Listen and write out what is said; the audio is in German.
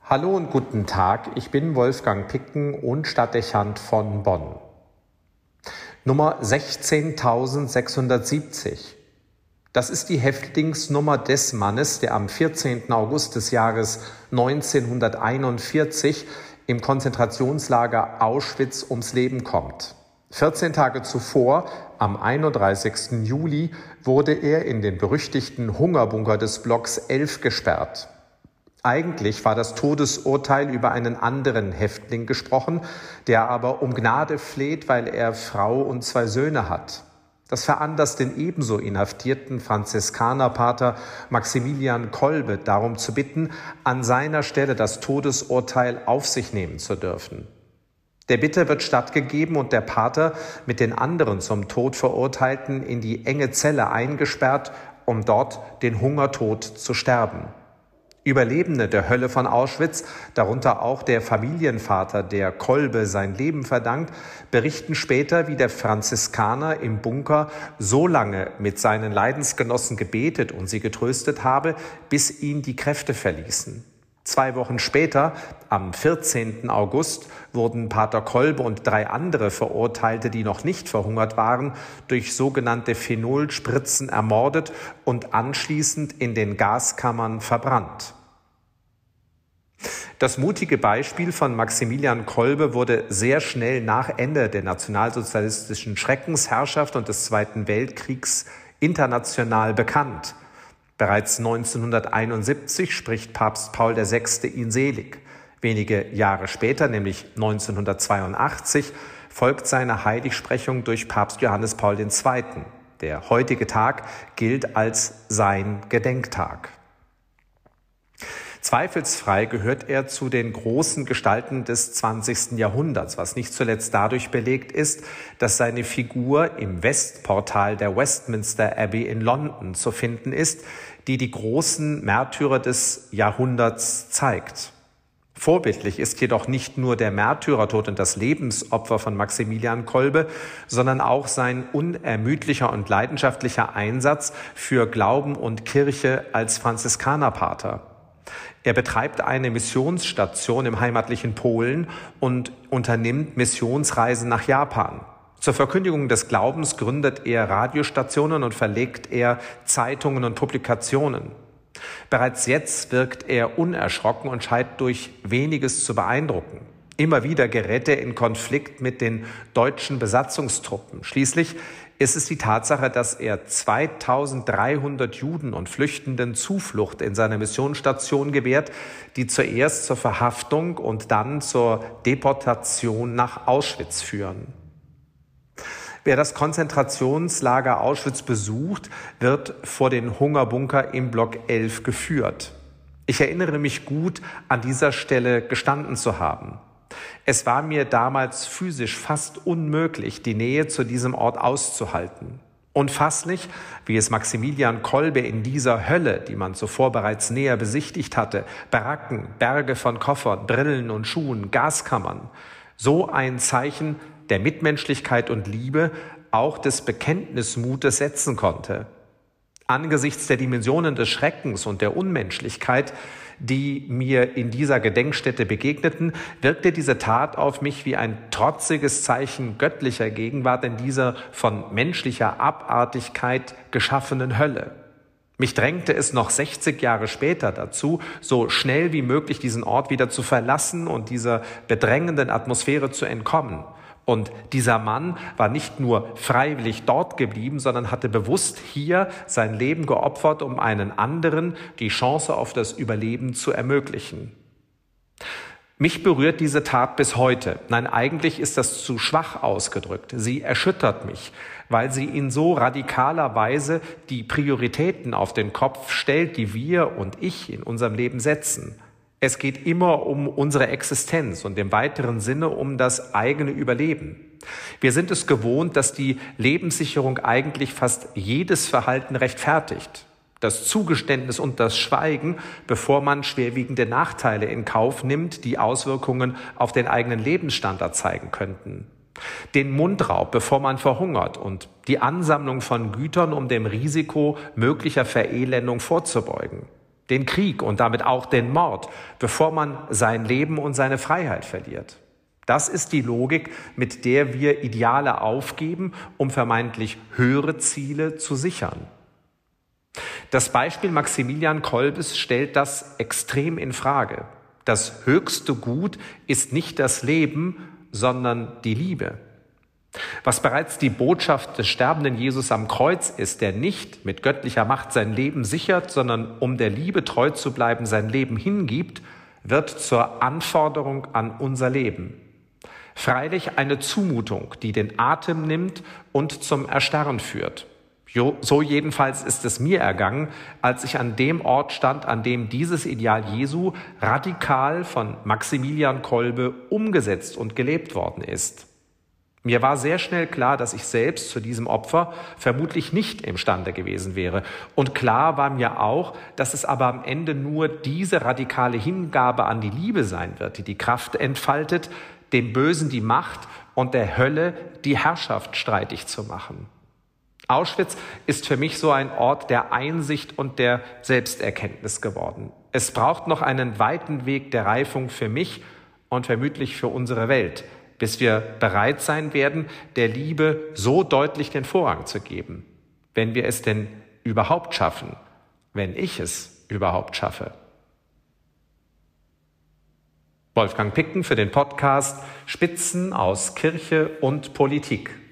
Hallo und guten Tag, ich bin Wolfgang Picken und Stadtdechant von Bonn. Nummer 16.670. Das ist die Häftlingsnummer des Mannes, der am 14. August des Jahres 1941 im Konzentrationslager Auschwitz ums Leben kommt. 14 Tage zuvor, am 31. Juli, wurde er in den berüchtigten Hungerbunker des Blocks 11 gesperrt. Eigentlich war das Todesurteil über einen anderen Häftling gesprochen, der aber um Gnade fleht, weil er Frau und 2 Söhne hat. Das veranlasst den ebenso inhaftierten Franziskanerpater Maximilian Kolbe darum zu bitten, an seiner Stelle das Todesurteil auf sich nehmen zu dürfen. Der Bitte wird stattgegeben und der Pater mit den anderen zum Tod Verurteilten in die enge Zelle eingesperrt, um dort den Hungertod zu sterben. Überlebende der Hölle von Auschwitz, darunter auch der Familienvater, der Kolbe sein Leben verdankt, berichten später, wie der Franziskaner im Bunker so lange mit seinen Leidensgenossen gebetet und sie getröstet habe, bis ihn die Kräfte verließen. 2 Wochen später, am 14. August, wurden Pater Kolbe und 3 andere Verurteilte, die noch nicht verhungert waren, durch sogenannte Phenolspritzen ermordet und anschließend in den Gaskammern verbrannt. Das mutige Beispiel von Maximilian Kolbe wurde sehr schnell nach Ende der nationalsozialistischen Schreckensherrschaft und des Zweiten Weltkriegs international bekannt. Bereits 1971 spricht Papst Paul VI. Ihn selig. Wenige Jahre später, nämlich 1982, folgt seine Heiligsprechung durch Papst Johannes Paul II. Der heutige Tag gilt als sein Gedenktag. Zweifelsfrei gehört er zu den großen Gestalten des 20. Jahrhunderts, was nicht zuletzt dadurch belegt ist, dass seine Figur im Westportal der Westminster Abbey in London zu finden ist, die die großen Märtyrer des Jahrhunderts zeigt. Vorbildlich ist jedoch nicht nur der Märtyrertod und das Lebensopfer von Maximilian Kolbe, sondern auch sein unermüdlicher und leidenschaftlicher Einsatz für Glauben und Kirche als Franziskanerpater. Er betreibt eine Missionsstation im heimatlichen Polen und unternimmt Missionsreisen nach Japan. Zur Verkündigung des Glaubens gründet er Radiostationen und verlegt er Zeitungen und Publikationen. Bereits jetzt wirkt er unerschrocken und scheint durch weniges zu beeindrucken. Immer wieder gerät er in Konflikt mit den deutschen Besatzungstruppen. Schließlich ist es die Tatsache, dass er 2300 Juden und Flüchtenden Zuflucht in seiner Missionsstation gewährt, die zuerst zur Verhaftung und dann zur Deportation nach Auschwitz führen. Wer das Konzentrationslager Auschwitz besucht, wird vor den Hungerbunker im Block 11 geführt. Ich erinnere mich gut, an dieser Stelle gestanden zu haben. Es war mir damals physisch fast unmöglich, die Nähe zu diesem Ort auszuhalten. Unfasslich, wie es Maximilian Kolbe in dieser Hölle, die man zuvor bereits näher besichtigt hatte, Baracken, Berge von Koffern, Brillen und Schuhen, Gaskammern, so ein Zeichen der Mitmenschlichkeit und Liebe, auch des Bekenntnismutes setzen konnte. Angesichts der Dimensionen des Schreckens und der Unmenschlichkeit, die mir in dieser Gedenkstätte begegneten, wirkte diese Tat auf mich wie ein trotziges Zeichen göttlicher Gegenwart in dieser von menschlicher Abartigkeit geschaffenen Hölle. Mich drängte es noch 60 Jahre später dazu, so schnell wie möglich diesen Ort wieder zu verlassen und dieser bedrängenden Atmosphäre zu entkommen. Und dieser Mann war nicht nur freiwillig dort geblieben, sondern hatte bewusst hier sein Leben geopfert, um einen anderen die Chance auf das Überleben zu ermöglichen. Mich berührt diese Tat bis heute. Nein, eigentlich ist das zu schwach ausgedrückt. Sie erschüttert mich, weil sie in so radikaler Weise die Prioritäten auf den Kopf stellt, die wir und ich in unserem Leben setzen. Es geht immer um unsere Existenz und im weiteren Sinne um das eigene Überleben. Wir sind es gewohnt, dass die Lebenssicherung eigentlich fast jedes Verhalten rechtfertigt. Das Zugeständnis und das Schweigen, bevor man schwerwiegende Nachteile in Kauf nimmt, die Auswirkungen auf den eigenen Lebensstandard zeigen könnten. Den Mundraub, bevor man verhungert, und die Ansammlung von Gütern, um dem Risiko möglicher Verelendung vorzubeugen. den Krieg und damit auch den Mord, bevor man sein Leben und seine Freiheit verliert. Das ist die Logik, mit der wir Ideale aufgeben, um vermeintlich höhere Ziele zu sichern. Das Beispiel Maximilian Kolbes stellt das extrem in Frage. Das höchste Gut ist nicht das Leben, sondern die Liebe. Was bereits die Botschaft des sterbenden Jesus am Kreuz ist, der nicht mit göttlicher Macht sein Leben sichert, sondern um der Liebe treu zu bleiben, sein Leben hingibt, wird zur Anforderung an unser Leben. Freilich eine Zumutung, die den Atem nimmt und zum Erstarren führt. So jedenfalls ist es mir ergangen, als ich an dem Ort stand, an dem dieses Ideal Jesu radikal von Maximilian Kolbe umgesetzt und gelebt worden ist. Mir war sehr schnell klar, dass ich selbst zu diesem Opfer vermutlich nicht imstande gewesen wäre. Und klar war mir auch, dass es aber am Ende nur diese radikale Hingabe an die Liebe sein wird, die die Kraft entfaltet, dem Bösen die Macht und der Hölle die Herrschaft streitig zu machen. Auschwitz ist für mich so ein Ort der Einsicht und der Selbsterkenntnis geworden. Es braucht noch einen weiten Weg der Reifung für mich und vermutlich für unsere Welt, bis wir bereit sein werden, der Liebe so deutlich den Vorrang zu geben, wenn wir es denn überhaupt schaffen, wenn ich es überhaupt schaffe. Wolfgang Picken für den Podcast Spitzen aus Kirche und Politik.